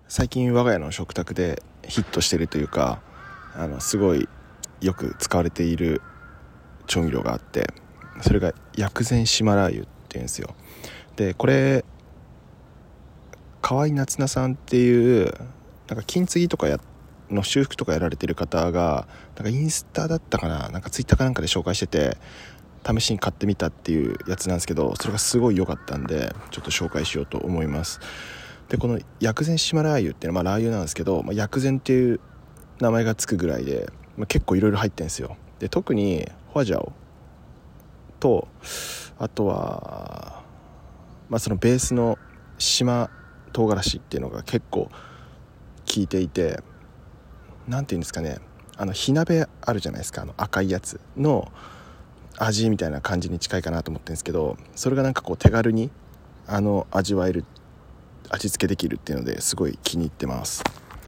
最近我が家の食卓でヒットしてるというか、すごいよく使われている調味料があって、それが薬膳島ラー油っていうんですよ。でこれ河合夏菜さんっていうなんか金継ぎとかの修復とかやられてる方がなんかインスタだったかな、なんかツイッターかなんかで紹介してて、試しに買ってみたっていうやつなんですけど、それがすごい良かったんでちょっと紹介しようと思います。でこの薬膳島ラー油っていうのは、ラー油なんですけど、薬膳っていう名前がつくぐらいで、結構いろいろ入ってるんですよ。で特にホアジャオと、あとは、そのベースの島唐辛子っていうのが結構効いていて、なんていうんですかね、火鍋あるじゃないですか、赤いやつの味みたいな感じに近いかなと思ってるんですけど、それがなんかこう手軽に味わえる、味付けできるっていうのですごい気に入ってます。